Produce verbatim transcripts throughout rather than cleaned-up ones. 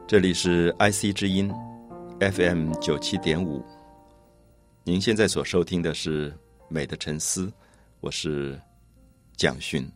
这里是 I C 之音 F M 九七点五，您现在所收听的是美的沉思，我是蒋勋。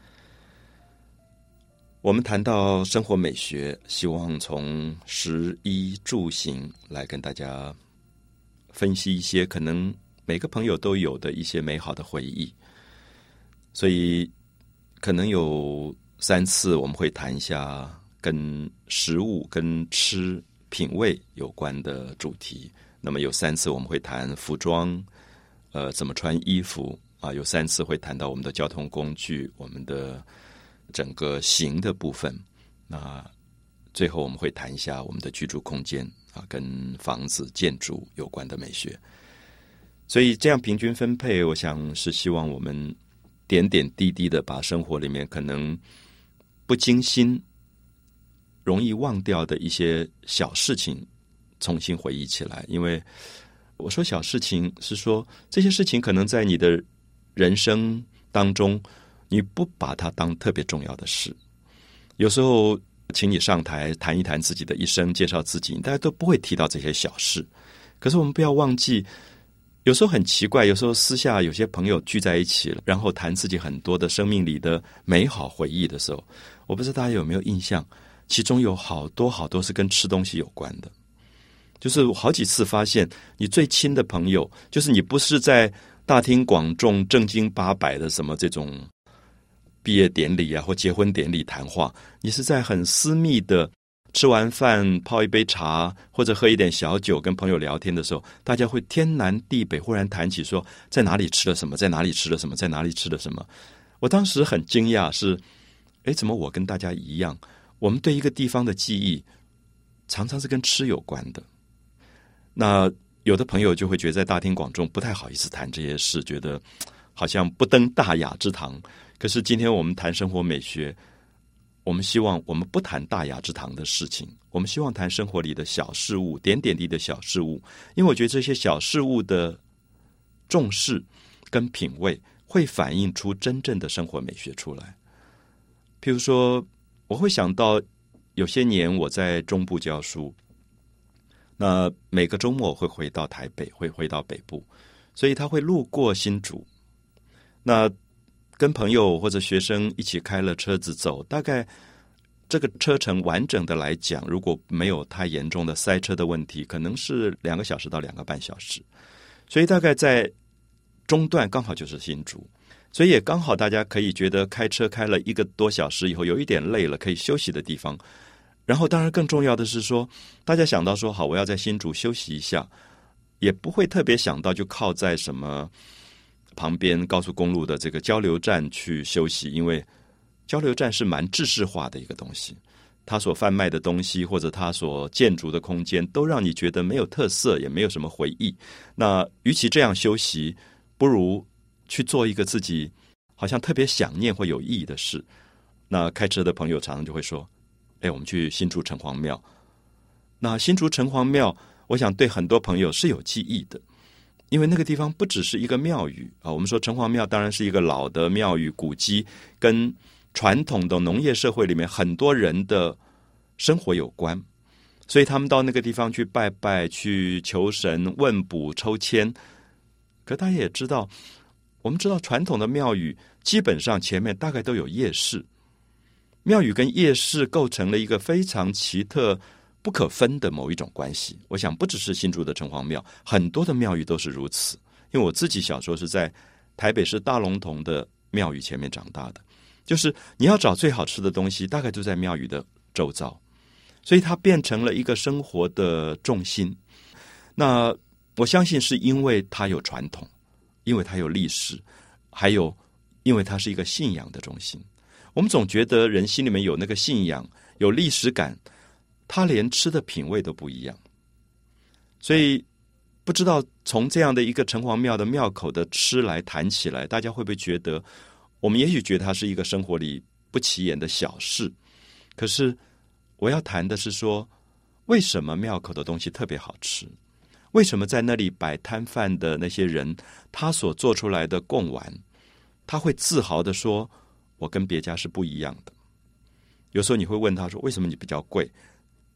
我们谈到生活美学，希望从食衣住行来跟大家分析一些可能每个朋友都有的一些美好的回忆。所以可能有三次我们会谈一下跟食物跟吃品味有关的主题，那么有三次我们会谈服装，呃，怎么穿衣服啊，有三次会谈到我们的交通工具，我们的整个行的部分，那最后我们会谈一下我们的居住空间啊，跟房子建筑有关的美学。所以这样平均分配，我想是希望我们点点滴滴的把生活里面可能不经心容易忘掉的一些小事情重新回忆起来。因为我说小事情是说这些事情可能在你的人生当中你不把它当特别重要的事，有时候请你上台谈一谈自己的一生，介绍自己，大家都不会提到这些小事。可是我们不要忘记，有时候很奇怪，有时候私下有些朋友聚在一起了，然后谈自己很多的生命里的美好回忆的时候，我不知道大家有没有印象，其中有好多好多是跟吃东西有关的。就是我好几次发现，你最亲的朋友，就是你不是在大庭广众正经八百的什么这种毕业典礼啊或结婚典礼谈话，你是在很私密的吃完饭泡一杯茶或者喝一点小酒跟朋友聊天的时候，大家会天南地北忽然谈起说在哪里吃了什么，在哪里吃了什么，在哪里吃了什么。我当时很惊讶，是诶，怎么我跟大家一样，我们对一个地方的记忆常常是跟吃有关的。那有的朋友就会觉得在大庭广众不太好意思谈这些事，觉得好像不登大雅之堂。可是今天我们谈生活美学，我们希望我们不谈大雅之堂的事情，我们希望谈生活里的小事物，点点滴滴的小事物。因为我觉得这些小事物的重视跟品味会反映出真正的生活美学出来。譬如说，我会想到有些年我在中部教书，那每个周末我会回到台北，会回到北部，所以他会路过新竹，那跟朋友或者学生一起开了车子走，大概这个车程完整的来讲，如果没有太严重的塞车的问题，可能是两个小时到两个半小时。所以大概在中段刚好就是新竹，所以也刚好大家可以觉得开车开了一个多小时以后有一点累了，可以休息的地方。然后当然更重要的是说，大家想到说好我要在新竹休息一下，也不会特别想到就靠在什么旁边高速公路的这个交流站去休息，因为交流站是蛮制式化的一个东西，它所贩卖的东西或者它所建筑的空间都让你觉得没有特色，也没有什么回忆。那与其这样休息，不如去做一个自己好像特别想念或有意义的事。那开车的朋友常常就会说，哎，我们去新竹城隍庙。那新竹城隍庙我想对很多朋友是有记忆的，因为那个地方不只是一个庙宇啊，我们说城隍庙当然是一个老的庙宇古迹，跟传统的农业社会里面很多人的生活有关，所以他们到那个地方去拜拜，去求神问卜抽签。可大家也知道，我们知道传统的庙宇基本上前面大概都有夜市，庙宇跟夜市构成了一个非常奇特不可分的某一种关系。我想不只是新竹的城隍庙，很多的庙宇都是如此。因为我自己小时候是在台北市大龙峒的庙宇前面长大的，就是你要找最好吃的东西大概就在庙宇的周遭，所以它变成了一个生活的重心。那我相信是因为它有传统，因为它有历史，还有因为它是一个信仰的中心。我们总觉得人心里面有那个信仰，有历史感，他连吃的品味都不一样。所以不知道从这样的一个城隍庙的庙口的吃来谈起来，大家会不会觉得我们也许觉得它是一个生活里不起眼的小事，可是我要谈的是说，为什么庙口的东西特别好吃？为什么在那里摆摊贩的那些人，他所做出来的贡丸，他会自豪地说我跟别家是不一样的？有时候你会问他说为什么你比较贵，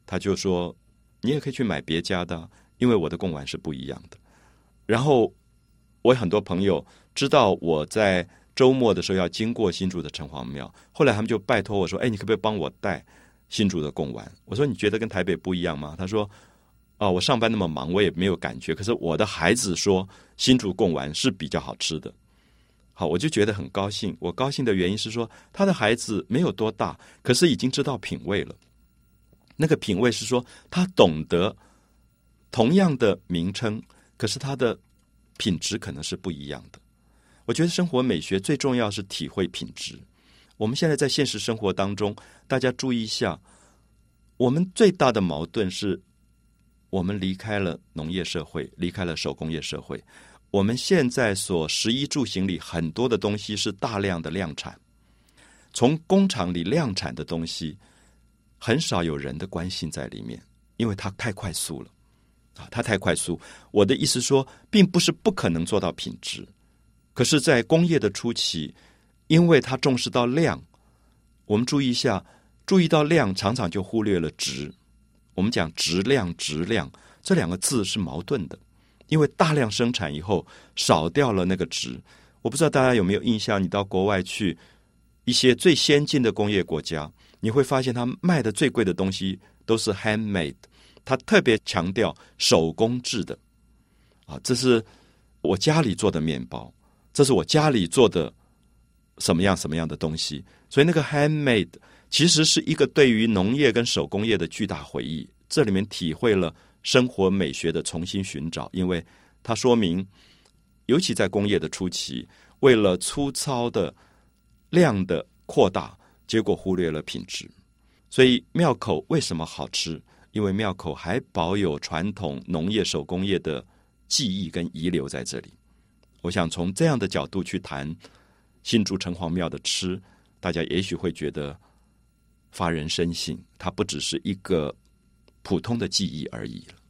他就说你也可以去买别家的啊，因为我的贡丸是不一样的。然后我有很多朋友知道我在周末的时候要经过新竹的城隍庙，后来他们就拜托我说，哎，你可不可以帮我带新竹的贡丸？我说你觉得跟台北不一样吗？他说哦，我上班那么忙我也没有感觉，可是我的孩子说新竹贡丸是比较好吃的。好，我就觉得很高兴。我高兴的原因是说他的孩子没有多大，可是已经知道品味了。那个品味是说他懂得同样的名称，可是他的品质可能是不一样的。我觉得生活美学最重要是体会品质。我们现在在现实生活当中，大家注意一下，我们最大的矛盾是我们离开了农业社会，离开了手工业社会。我们现在所食衣住行里很多的东西是大量的量产，从工厂里量产的东西很少有人的关心在里面，因为它太快速了啊，它太快速。我的意思说并不是不可能做到品质，可是在工业的初期，因为它重视到量，我们注意一下，注意到量常常就忽略了质。我们讲质量质量这两个字是矛盾的，因为大量生产以后少掉了那个质。我不知道大家有没有印象，你到国外去一些最先进的工业国家，你会发现他卖的最贵的东西都是 handmade， 他特别强调手工制的啊，这是我家里做的面包，这是我家里做的什么样什么样的东西。所以那个 handmade 其实是一个对于农业跟手工业的巨大回忆，这里面体会了生活美学的重新寻找。因为它说明尤其在工业的初期，为了粗糙的量的扩大，结果忽略了品质。所以庙口为什么好吃？因为庙口还保有传统农业手工业的记忆跟遗留在这里。我想从这样的角度去谈新竹城隍庙的吃，大家也许会觉得发人深省，它不只是一个普通的记忆而已了。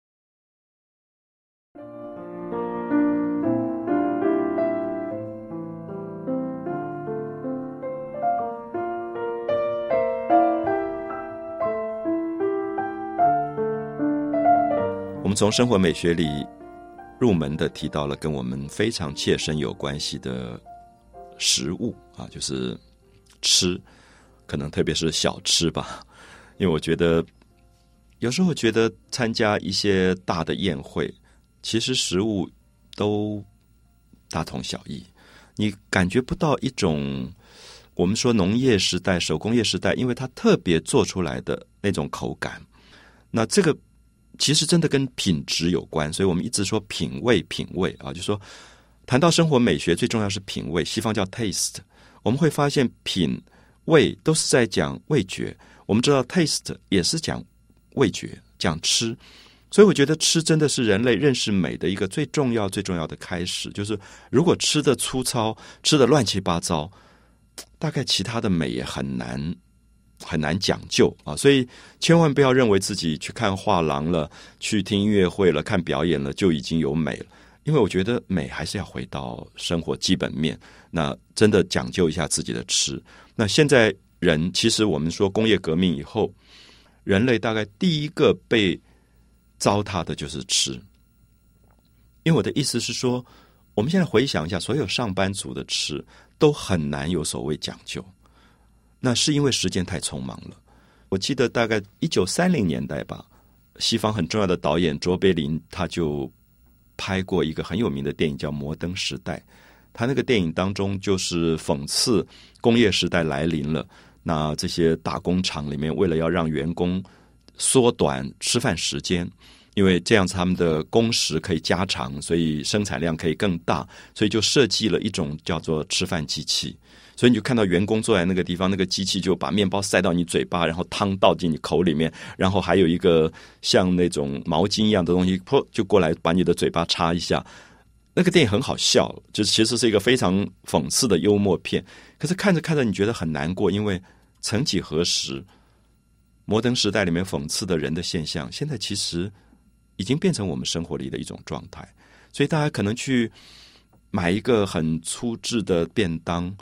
我们从生活美学里入门的提到了跟我们非常切身有关系的食物啊，就是吃，可能特别是小吃吧。因为我觉得有时候觉得参加一些大的宴会，其实食物都大同小异，你感觉不到一种我们说农业时代手工业时代因为它特别做出来的那种口感。那这个其实真的跟品质有关，所以我们一直说品味品味啊，就说谈到生活美学最重要是品味，西方叫 taste。 我们会发现品味都是在讲味觉，我们知道 taste 也是讲味觉，讲吃。所以我觉得吃真的是人类认识美的一个最重要最重要的开始。就是如果吃的粗糙，吃的乱七八糟，大概其他的美也很难很难讲究啊。所以千万不要认为自己去看画廊了，去听音乐会了，看表演了就已经有美了。因为我觉得美还是要回到生活基本面，那真的讲究一下自己的吃。那现在人其实我们说工业革命以后，人类大概第一个被糟蹋的就是吃。因为我的意思是说，我们现在回想一下，所有上班族的吃都很难有所谓讲究，那是因为时间太匆忙了。我记得大概一九三零年代吧，西方很重要的导演卓别林他就拍过一个很有名的电影叫《摩登时代》。他那个电影当中就是讽刺工业时代来临了，那这些大工厂里面为了要让员工缩短吃饭时间，因为这样子他们的工时可以加长，所以生产量可以更大，所以就设计了一种叫做吃饭机器。所以你就看到员工坐在那个地方，那个机器就把面包塞到你嘴巴，然后汤倒进你口里面，然后还有一个像那种毛巾一样的东西就过来把你的嘴巴擦一下。那个电影很好笑，就其实是一个非常讽刺的幽默片，可是看着看着你觉得很难过，因为曾几何时摩登时代里面讽刺的人的现象，现在其实已经变成我们生活里的一种状态。所以大家可能去买一个很粗制的便当，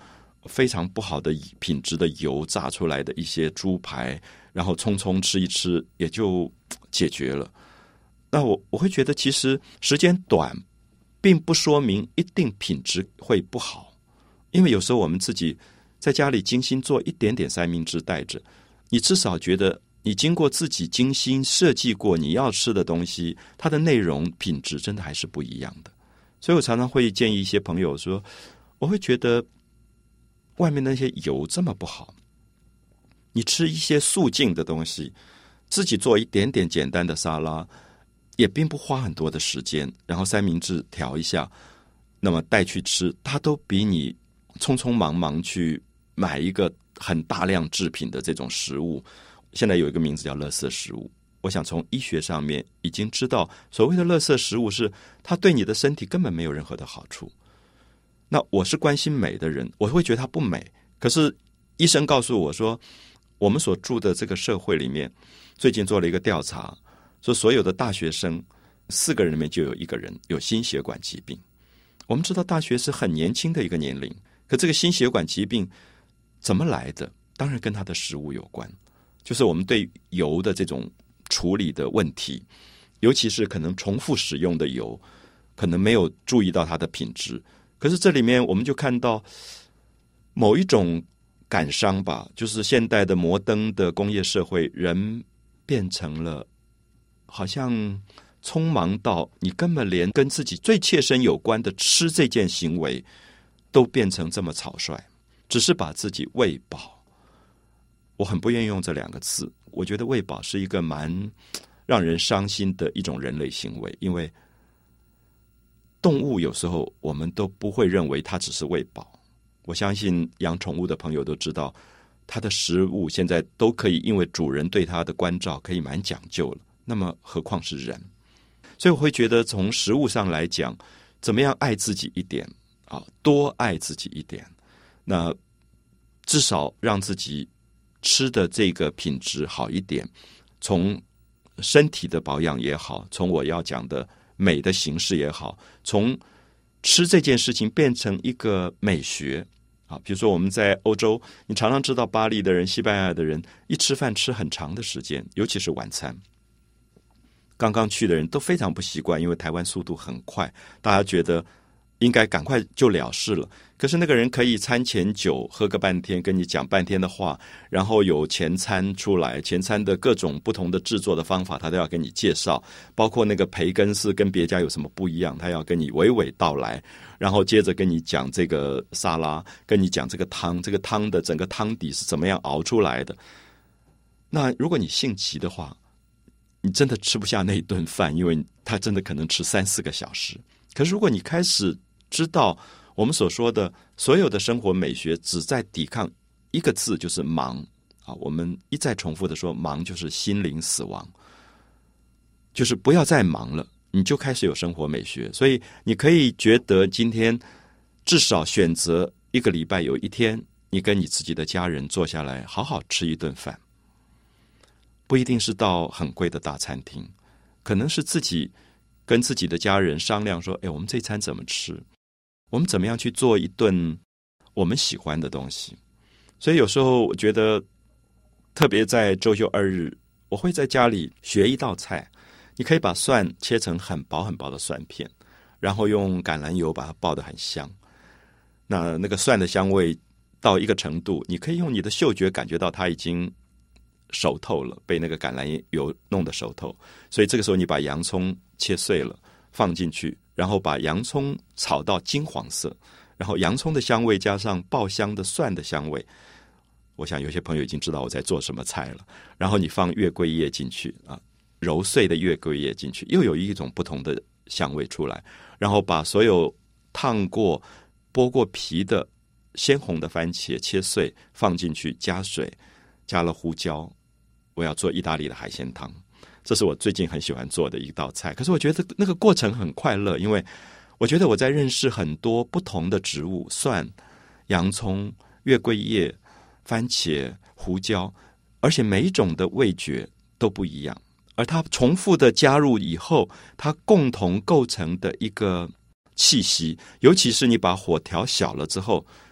非常不好的品质的油炸出来的一些猪排，然后匆匆吃一吃也就解决了。那我我会觉得其实时间短并不说明一定品质会不好，因为有时候我们自己在家里精心做一点点三明治带着，你至少觉得你经过自己精心设计过你要吃的东西，它的内容品质真的还是不一样的。所以我常常会建议一些朋友说，我会觉得外面那些油这么不好，你吃一些素净的东西，自己做一点点简单的沙拉，也并不花很多的时间，然后三明治调一下，那么带去吃，它都比你匆匆忙忙去买一个很大量制品的这种食物，现在有一个名字叫垃圾食物。我想从医学上面已经知道，所谓的垃圾食物是它对你的身体根本没有任何的好处。那我是关心美的人，我会觉得它不美，可是医生告诉我说，我们所住的这个社会里面，最近做了一个调查，说所有的大学生四个人里面就有一个人有心血管疾病。我们知道大学是很年轻的一个年龄，可这个心血管疾病怎么来的？当然跟他的食物有关，就是我们对油的这种处理的问题，尤其是可能重复使用的油，可能没有注意到它的品质。可是这里面我们就看到某一种感伤吧，就是现代的摩登的工业社会，人变成了好像匆忙到你根本连跟自己最切身有关的吃这件行为都变成这么草率，只是把自己喂饱。我很不愿意用这两个字，我觉得喂饱是一个蛮让人伤心的一种人类行为，因为动物有时候我们都不会认为它只是喂饱。我相信养宠物的朋友都知道，它的食物现在都可以因为主人对它的关照可以蛮讲究了，那么何况是人。所以我会觉得从食物上来讲，怎么样爱自己一点啊，多爱自己一点，那至少让自己吃的这个品质好一点，从身体的保养也好，从我要讲的美的形式也好，从吃这件事情变成一个美学啊。比如说我们在欧洲，你常常知道巴黎的人、西班牙的人一吃饭吃很长的时间，尤其是晚餐。刚刚去的人都非常不习惯，因为台湾速度很快，大家觉得应该赶快就了事了。可是那个人可以餐前酒喝个半天，跟你讲半天的话，然后有前餐出来，前餐的各种不同的制作的方法他都要跟你介绍，包括那个培根是跟别家有什么不一样，他要跟你娓娓道来，然后接着跟你讲这个沙拉，跟你讲这个汤，这个汤的整个汤底是怎么样熬出来的。那如果你性急的话，你真的吃不下那一顿饭，因为他真的可能吃三四个小时。可是如果你开始知道我们所说的所有的生活美学只在抵抗一个字，就是忙啊。我们一再重复的说，忙就是心灵死亡，就是不要再忙了，你就开始有生活美学。所以你可以觉得今天至少选择一个礼拜有一天，你跟你自己的家人坐下来好好吃一顿饭，不一定是到很贵的大餐厅，可能是自己跟自己的家人商量说，哎，我们这餐怎么吃，我们怎么样去做一顿我们喜欢的东西。所以有时候我觉得特别在周休二日，我会在家里学一道菜，你可以把蒜切成很薄很薄的蒜片，然后用橄榄油把它爆得很香，那那个蒜的香味到一个程度，你可以用你的嗅觉感觉到它已经熟透了，被那个橄榄油弄得熟透。所以这个时候你把洋葱切碎了放进去，然后把洋葱炒到金黄色，然后洋葱的香味加上爆香的蒜的香味，我想有些朋友已经知道我在做什么菜了。然后你放月桂叶进去啊，揉碎的月桂叶进去，又有一种不同的香味出来。然后把所有烫过剥过皮的鲜红的番茄切碎放进去，加水，加了胡椒。我要做意大利的海鲜汤，这是我最近很喜欢做的一道菜。可是我觉得那个过程很快乐，因为我觉得我在认识很多不同的植物，蒜、洋葱、月桂叶、番茄、胡椒，而且每一种的味觉都不一样，而它重复的加入以后，它共同构成的一个气息，尤其是你把火调小了之后，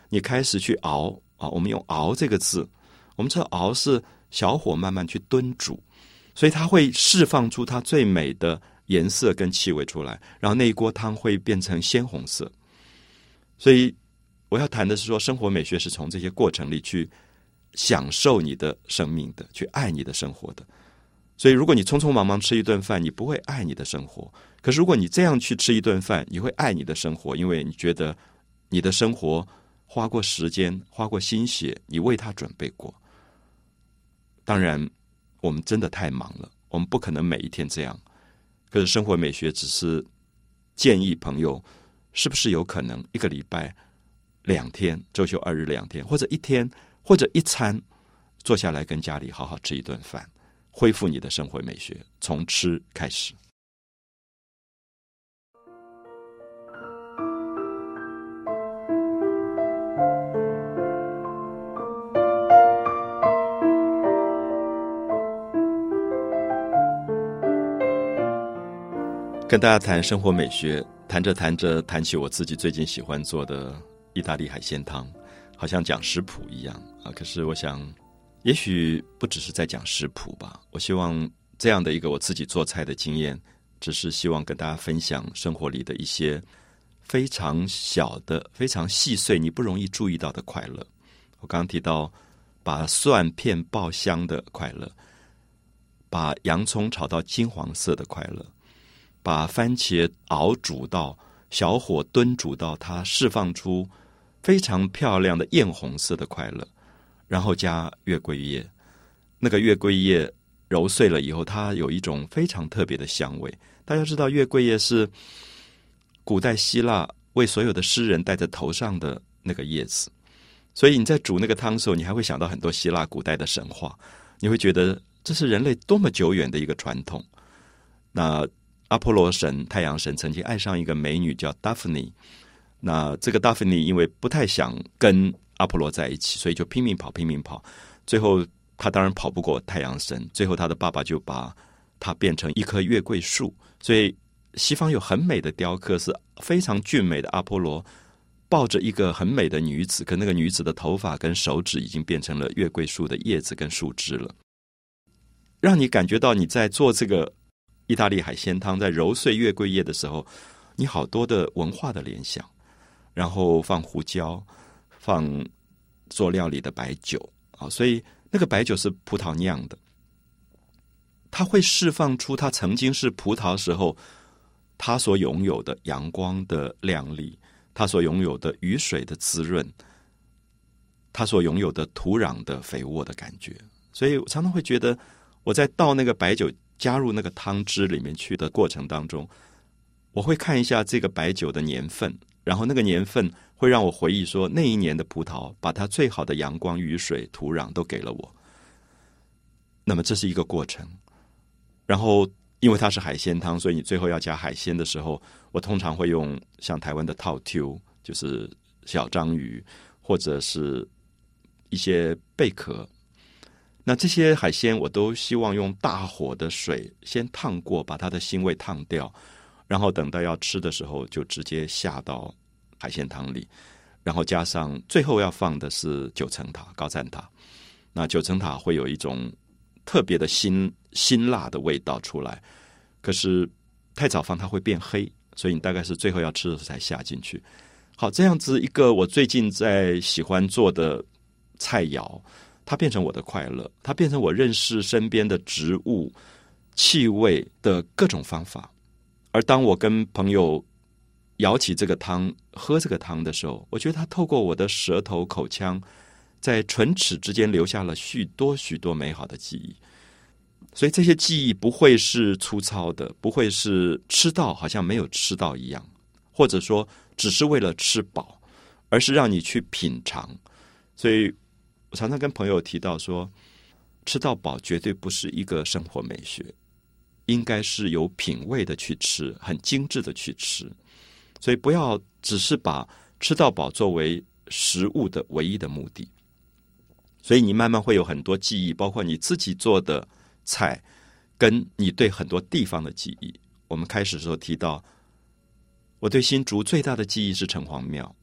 你开始去熬啊，我们用熬这个字，我们知道熬是小火慢慢去炖煮，所以它会释放出它最美的颜色跟气味出来，然后那一锅汤会变成鲜红色。所以我要谈的是说，生活美学是从这些过程里去享受你的生命的，去爱你的生活的。所以如果你匆匆忙忙吃一顿饭，你不会爱你的生活。可是如果你这样去吃一顿饭，你会爱你的生活，因为你觉得你的生活花过时间，花过心血，你为它准备过。当然我们真的太忙了，我们不可能每一天这样。可是生活美学只是建议朋友，是不是有可能一个礼拜两天，周休二日两天，或者一天，或者一餐，坐下来跟家里好好吃一顿饭，恢复你的生活美学，从吃开始。跟大家谈生活美学，谈着谈着谈起我自己最近喜欢做的意大利海鲜汤，好像讲食谱一样啊。可是我想也许不只是在讲食谱吧，我希望这样的一个我自己做菜的经验，只是希望跟大家分享生活里的一些非常小的非常细碎你不容易注意到的快乐。我刚刚提到把蒜片爆香的快乐，把洋葱炒到金黄色的快乐，把番茄熬煮到小火炖煮到它释放出非常漂亮的艳红色的快乐，然后加月桂叶，那个月桂叶揉碎了以后，它有一种非常特别的香味。大家知道月桂叶是古代希腊为所有的诗人戴在头上的那个叶子，所以你在煮那个汤的时候，你还会想到很多希腊古代的神话，你会觉得这是人类多么久远的一个传统。那阿波罗神太阳神曾经爱上一个美女叫 Daphne， 那这个 Daphne 因为不太想跟阿波罗在一起，所以就拼命跑拼命跑，最后他当然跑不过太阳神，最后他的爸爸就把他变成一棵月桂树。所以西方有很美的雕刻，是非常俊美的阿波罗抱着一个很美的女子，可那个女子的头发跟手指已经变成了月桂树的叶子跟树枝了，让你感觉到你在做这个意大利海鲜汤，在揉碎月桂叶的时候，你好多的文化的联想，然后放胡椒，放做料理的白酒啊，所以那个白酒是葡萄酿的，它会释放出它曾经是葡萄时候它所拥有的阳光的亮丽，它所拥有的雨水的滋润，它所拥有的土壤的肥沃的感觉。所以我常常会觉得，我在倒那个白酒加入那个汤汁里面去的过程当中，我会看一下这个白酒的年份，然后那个年份会让我回忆说，那一年的葡萄把它最好的阳光、雨水、土壤都给了我。那么这是一个过程，然后因为它是海鲜汤，所以你最后要加海鲜的时候，我通常会用像台湾的套 Q， 就是小章鱼，或者是一些贝壳。那这些海鲜我都希望用大火的水先烫过，把它的腥味烫掉，然后等到要吃的时候就直接下到海鲜汤里，然后加上最后要放的是九层塔、高赞塔。那九层塔会有一种特别的辛辛辣的味道出来，可是太早放它会变黑，所以你大概是最后要吃的时候才下进去。好，这样子一个我最近在喜欢做的菜肴，它变成我的快乐，它变成我认识身边的植物、气味的各种方法。而当我跟朋友舀起这个汤、喝这个汤的时候，我觉得它透过我的舌头、口腔，在唇齿之间留下了许多许多美好的记忆。所以这些记忆不会是粗糙的，不会是吃到好像没有吃到一样，或者说只是为了吃饱，而是让你去品尝。所以我常常跟朋友提到说，吃到饱绝对不是一个生活美学，应该是有品味的去吃，很精致的去吃。所以不要只是把吃到饱作为食物的唯一的目的。所以你慢慢会有很多记忆，包括你自己做的菜，跟你对很多地方的记忆。我们开始的时候提到，我对新竹最大的记忆是城隍庙，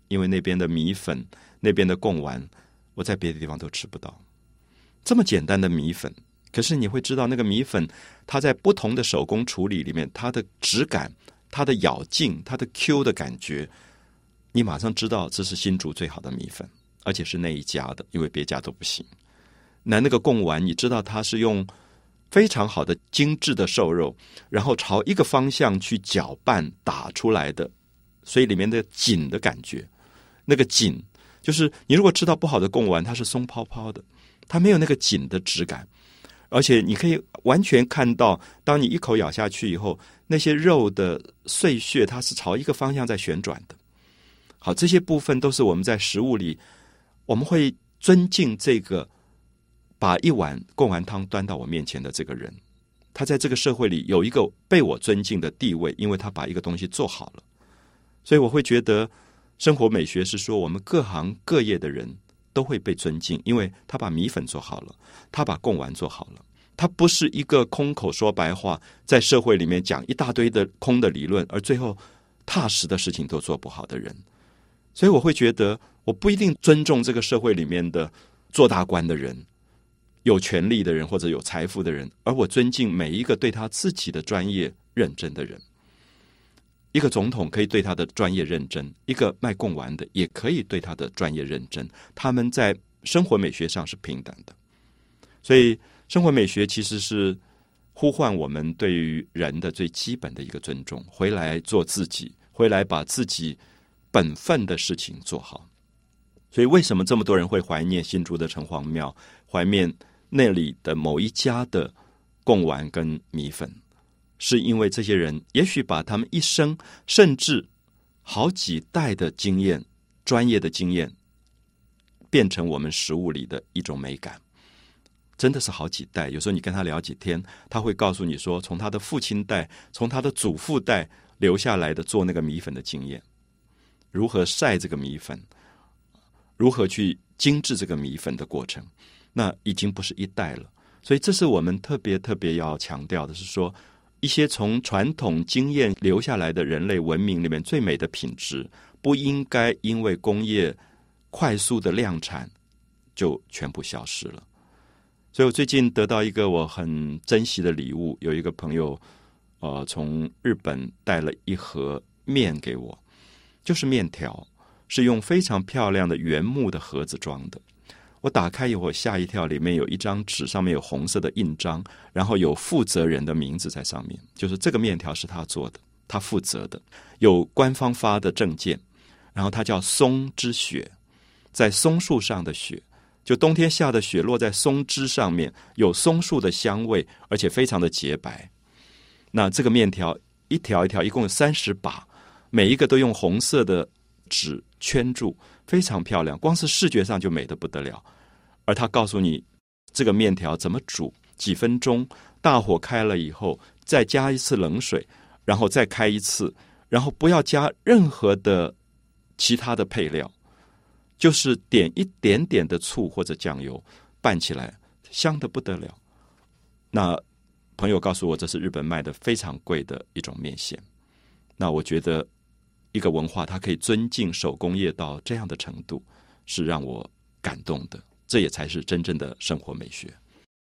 因为那边的米粉、那边的贡丸，我在别的地方都吃不到。这么简单的米粉，可是你会知道那个米粉，它在不同的手工处理里面，它的质感、它的咬劲、它的 Q 的感觉，你马上知道这是新竹最好的米粉，而且是那一家的，因为别家都不行。那那个贡丸，你知道它是用非常好的精致的瘦肉，然后朝一个方向去搅拌打出来的，所以里面的紧的感觉，那个紧就是你如果吃到不好的贡丸，它是松泡泡的，它没有那个紧的质感，而且你可以完全看到，当你一口咬下去以后，那些肉的碎屑它是朝一个方向在旋转的。好，这些部分都是我们在食物里，我们会尊敬这个把一碗贡丸汤端到我面前的这个人，他在这个社会里有一个被我尊敬的地位，因为他把一个东西做好了。所以我会觉得生活美学是说我们各行各业的人都会被尊敬，因为他把米粉做好了，他把贡丸做好了，他不是一个空口说白话，在社会里面讲一大堆的空的理论，而最后踏实的事情都做不好的人。所以我会觉得我不一定尊重这个社会里面的做大官的人，有权力的人或者有财富的人，而我尊敬每一个对他自己的专业认真的人。一个总统可以对他的专业认真，一个卖贡丸的也可以对他的专业认真，他们在生活美学上是平等的。所以生活美学其实是呼唤我们对于人的最基本的一个尊重，回来做自己，回来把自己本分的事情做好。所以为什么这么多人会怀念新竹的城隍庙，怀念那里的某一家的贡丸跟米粉，是因为这些人也许把他们一生甚至好几代的经验、专业的经验变成我们食物里的一种美感。真的是好几代，有时候你跟他聊几天，他会告诉你说从他的父亲代、从他的祖父代留下来的做那个米粉的经验，如何晒这个米粉，如何去精致这个米粉的过程，那已经不是一代了。所以这是我们特别特别要强调的，是说一些从传统经验留下来的人类文明里面最美的品质，不应该因为工业快速的量产就全部消失了。所以我最近得到一个我很珍惜的礼物，有一个朋友呃，从日本带了一盒面给我，就是面条，是用非常漂亮的原木的盒子装的。我打开以后吓一跳，里面有一张纸，上面有红色的印章，然后有负责人的名字在上面，就是这个面条是他做的，他负责的，有官方发的证件，然后它叫松之雪，在松树上的雪，就冬天下的雪落在松枝上面，有松树的香味，而且非常的洁白。那这个面条一条一条一共有三十把，每一个都用红色的纸圈住，非常漂亮，光是视觉上就美得不得了。而他告诉你这个面条怎么煮，几分钟，大火开了以后再加一次冷水，然后再开一次，然后不要加任何的其他的配料，就是点一点点的醋或者酱油拌起来，香得不得了。那朋友告诉我这是日本卖的非常贵的一种面线。那我觉得一个文化它可以尊敬手工业到这样的程度，是让我感动的，这也才是真正的生活美学。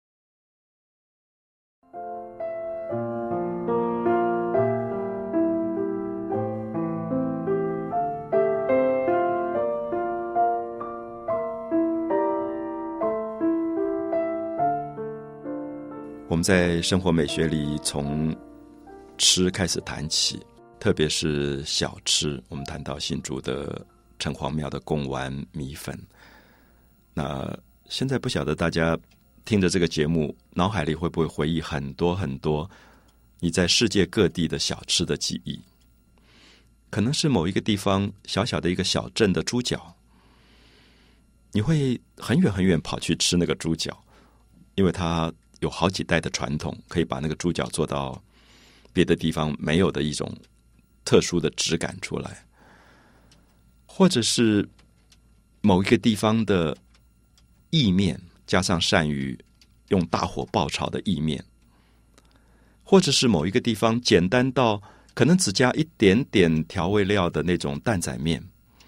我们在生活美学里从吃开始谈起，特别是小吃，我们谈到新竹的城隍庙的贡丸米粉。那现在不晓得大家听着这个节目，脑海里会不会回忆很多很多你在世界各地的小吃的记忆？可能是某一个地方小小的一个小镇的猪脚，你会很远很远跑去吃那个猪脚，因为它有好几代的传统，可以把那个猪脚做到别的地方没有的一种特殊的质感出来。或者是某一个地方的意面加上鳝鱼，用大火爆炒的意面，或者是某一个地方简单到可能只加一点点调味料的那种担仔面，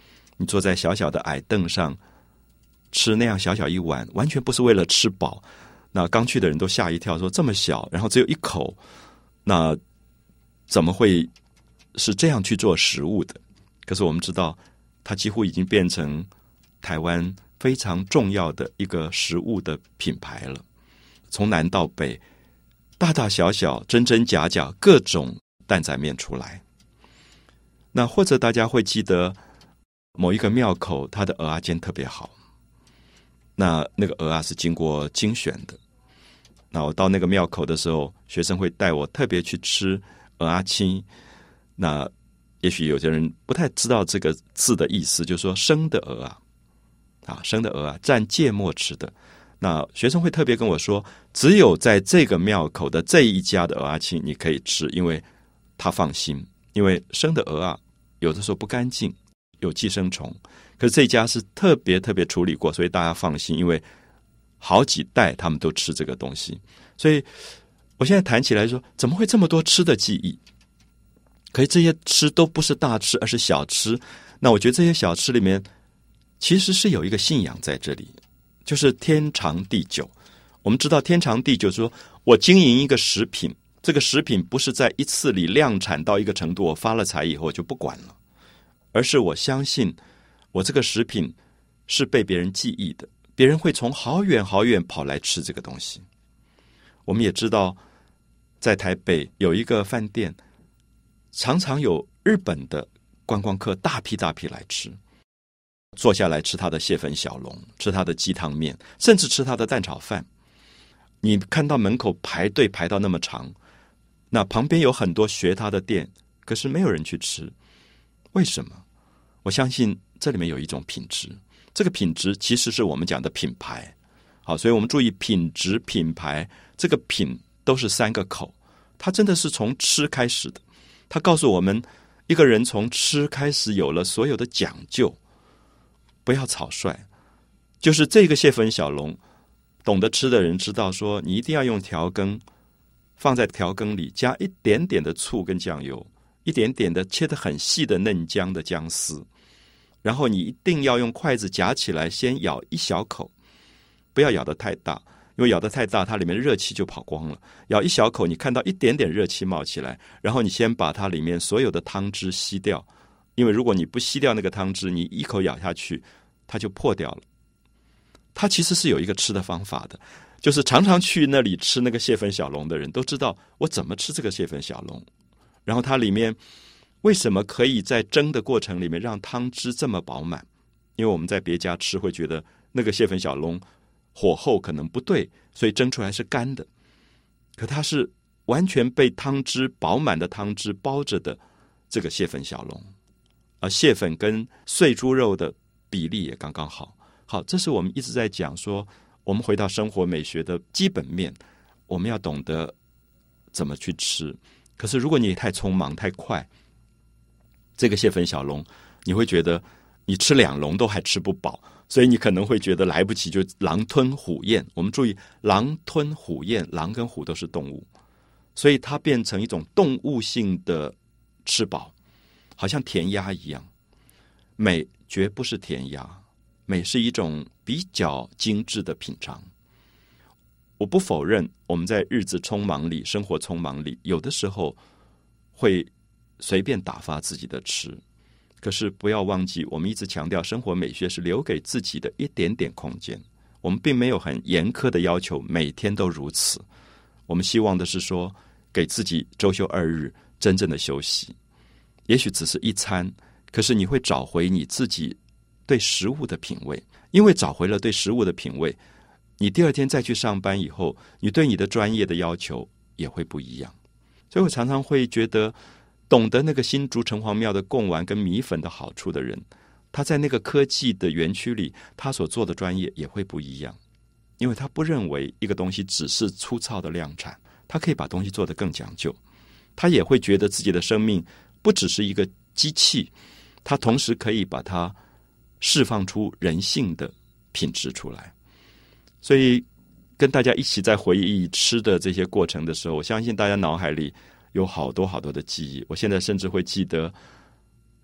你坐在小小的矮凳上吃那样小小一碗，完全不是为了吃饱。那刚去的人都吓一跳，说这么小，然后只有一口，那怎么会是这样去做食物的？可是我们知道，它几乎已经变成台湾非常重要的一个食物的品牌了。从南到北，大大小小、真真假假，各种担仔面出来。那或者大家会记得某一个庙口，它的蚵仔煎特别好。那那个蚵仔是经过精选的。那我到那个庙口的时候，学生会带我特别去吃蚵仔青。那也许有些人不太知道这个字的意思，就是说生的蚵仔啊，生的蚵仔蘸芥末吃的。那学生会特别跟我说，只有在这个庙口的这一家的蚵仔青你可以吃，因为他放心，因为生的蚵仔有的时候不干净，有寄生虫，可是这家是特别特别处理过，所以大家放心，因为好几代他们都吃这个东西。所以我现在谈起来说，怎么会这么多吃的记忆？可是这些吃都不是大吃，而是小吃。那我觉得这些小吃里面其实是有一个信仰在这里，就是天长地久。我们知道天长地久，说我经营一个食品，这个食品不是在一次里量产到一个程度，我发了财以后就不管了，而是我相信我这个食品是被别人记忆的，别人会从好远好远跑来吃这个东西。我们也知道在台北有一个饭店，常常有日本的观光客大批大批来吃，坐下来吃他的蟹粉小笼，吃他的鸡汤面，甚至吃他的蛋炒饭。你看到门口排队排到那么长，那旁边有很多学他的店，可是没有人去吃，为什么？我相信这里面有一种品质，这个品质其实是我们讲的品牌。好，所以我们注意品质、品牌，这个品都是三个口，它真的是从吃开始的。它告诉我们，一个人从吃开始有了所有的讲究，不要草率。就是这个蟹粉小笼，懂得吃的人知道说，你一定要用调羹，放在调羹里加一点点的醋跟酱油，一点点的切得很细的嫩姜的姜丝，然后你一定要用筷子夹起来，先咬一小口，不要咬得太大，因为咬得太大，它里面热气就跑光了。咬一小口，你看到一点点热气冒起来，然后你先把它里面所有的汤汁吸掉，因为如果你不吸掉那个汤汁，你一口咬下去，它就破掉了。它其实是有一个吃的方法的，就是常常去那里吃那个蟹粉小笼的人都知道我怎么吃这个蟹粉小笼，然后它里面为什么可以在蒸的过程里面让汤汁这么饱满？因为我们在别家吃会觉得那个蟹粉小笼火候可能不对，所以蒸出来是干的，可它是完全被汤汁饱满的汤汁包着的这个蟹粉小笼，而蟹粉跟碎猪肉的比例也刚刚好。好，这是我们一直在讲说，我们回到生活美学的基本面，我们要懂得怎么去吃。可是如果你太匆忙太快，这个蟹粉小笼你会觉得你吃两笼都还吃不饱，所以你可能会觉得来不及，就狼吞虎咽。我们注意，狼吞虎咽，狼跟虎都是动物，所以它变成一种动物性的吃饱，好像填鸭一样。美绝不是填鸭，美是一种比较精致的品尝。我不否认我们在日子匆忙里，生活匆忙里，有的时候会随便打发自己的吃，可是不要忘记，我们一直强调生活美学是留给自己的一点点空间。我们并没有很严苛的要求每天都如此，我们希望的是说，给自己周休二日真正的休息。也许只是一餐，可是你会找回你自己对食物的品味，因为找回了对食物的品味，你第二天再去上班以后，你对你的专业的要求也会不一样。所以我常常会觉得，懂得那个新竹城隍庙的贡丸跟米粉的好处的人，他在那个科技的园区里，他所做的专业也会不一样，因为他不认为一个东西只是粗糙的量产，他可以把东西做得更讲究。他也会觉得自己的生命不只是一个机器，他同时可以把它释放出人性的品质出来。所以跟大家一起在回忆吃的这些过程的时候，我相信大家脑海里有好多好多的记忆。我现在甚至会记得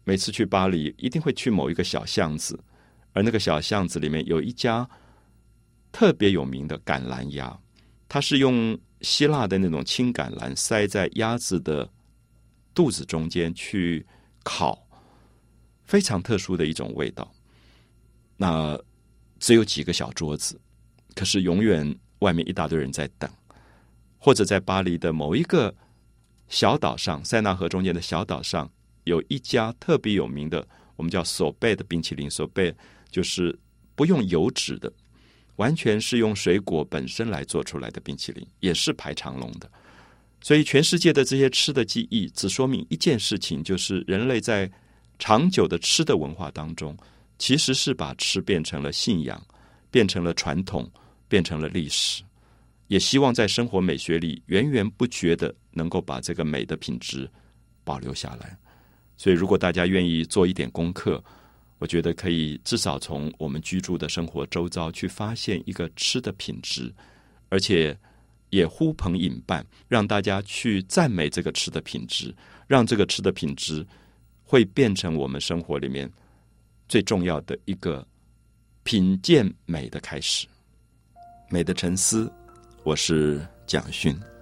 每次去巴黎一定会去某一个小巷子，而那个小巷子里面有一家特别有名的橄榄鸭，它是用希腊的那种青橄榄塞在鸭子的肚子中间去烤，非常特殊的一种味道。那只有几个小桌子，可是永远外面一大堆人在等。或者在巴黎的某一个小岛上，塞纳河中间的小岛上，有一家特别有名的，我们叫索贝的冰淇淋。索贝就是不用油脂的，完全是用水果本身来做出来的冰淇淋，也是排长龙的。所以全世界的这些吃的记忆，只说明一件事情，就是人类在长久的吃的文化当中，其实是把吃变成了信仰，变成了传统，变成了历史。也希望在生活美学里源源不绝的能够把这个美的品质保留下来。所以如果大家愿意做一点功课，我觉得可以至少从我们居住的生活周遭去发现一个吃的品质，而且也呼朋引伴，让大家去赞美这个吃的品质，让这个吃的品质会变成我们生活里面最重要的一个品鉴美的开始。美的沉思，我是蒋勋。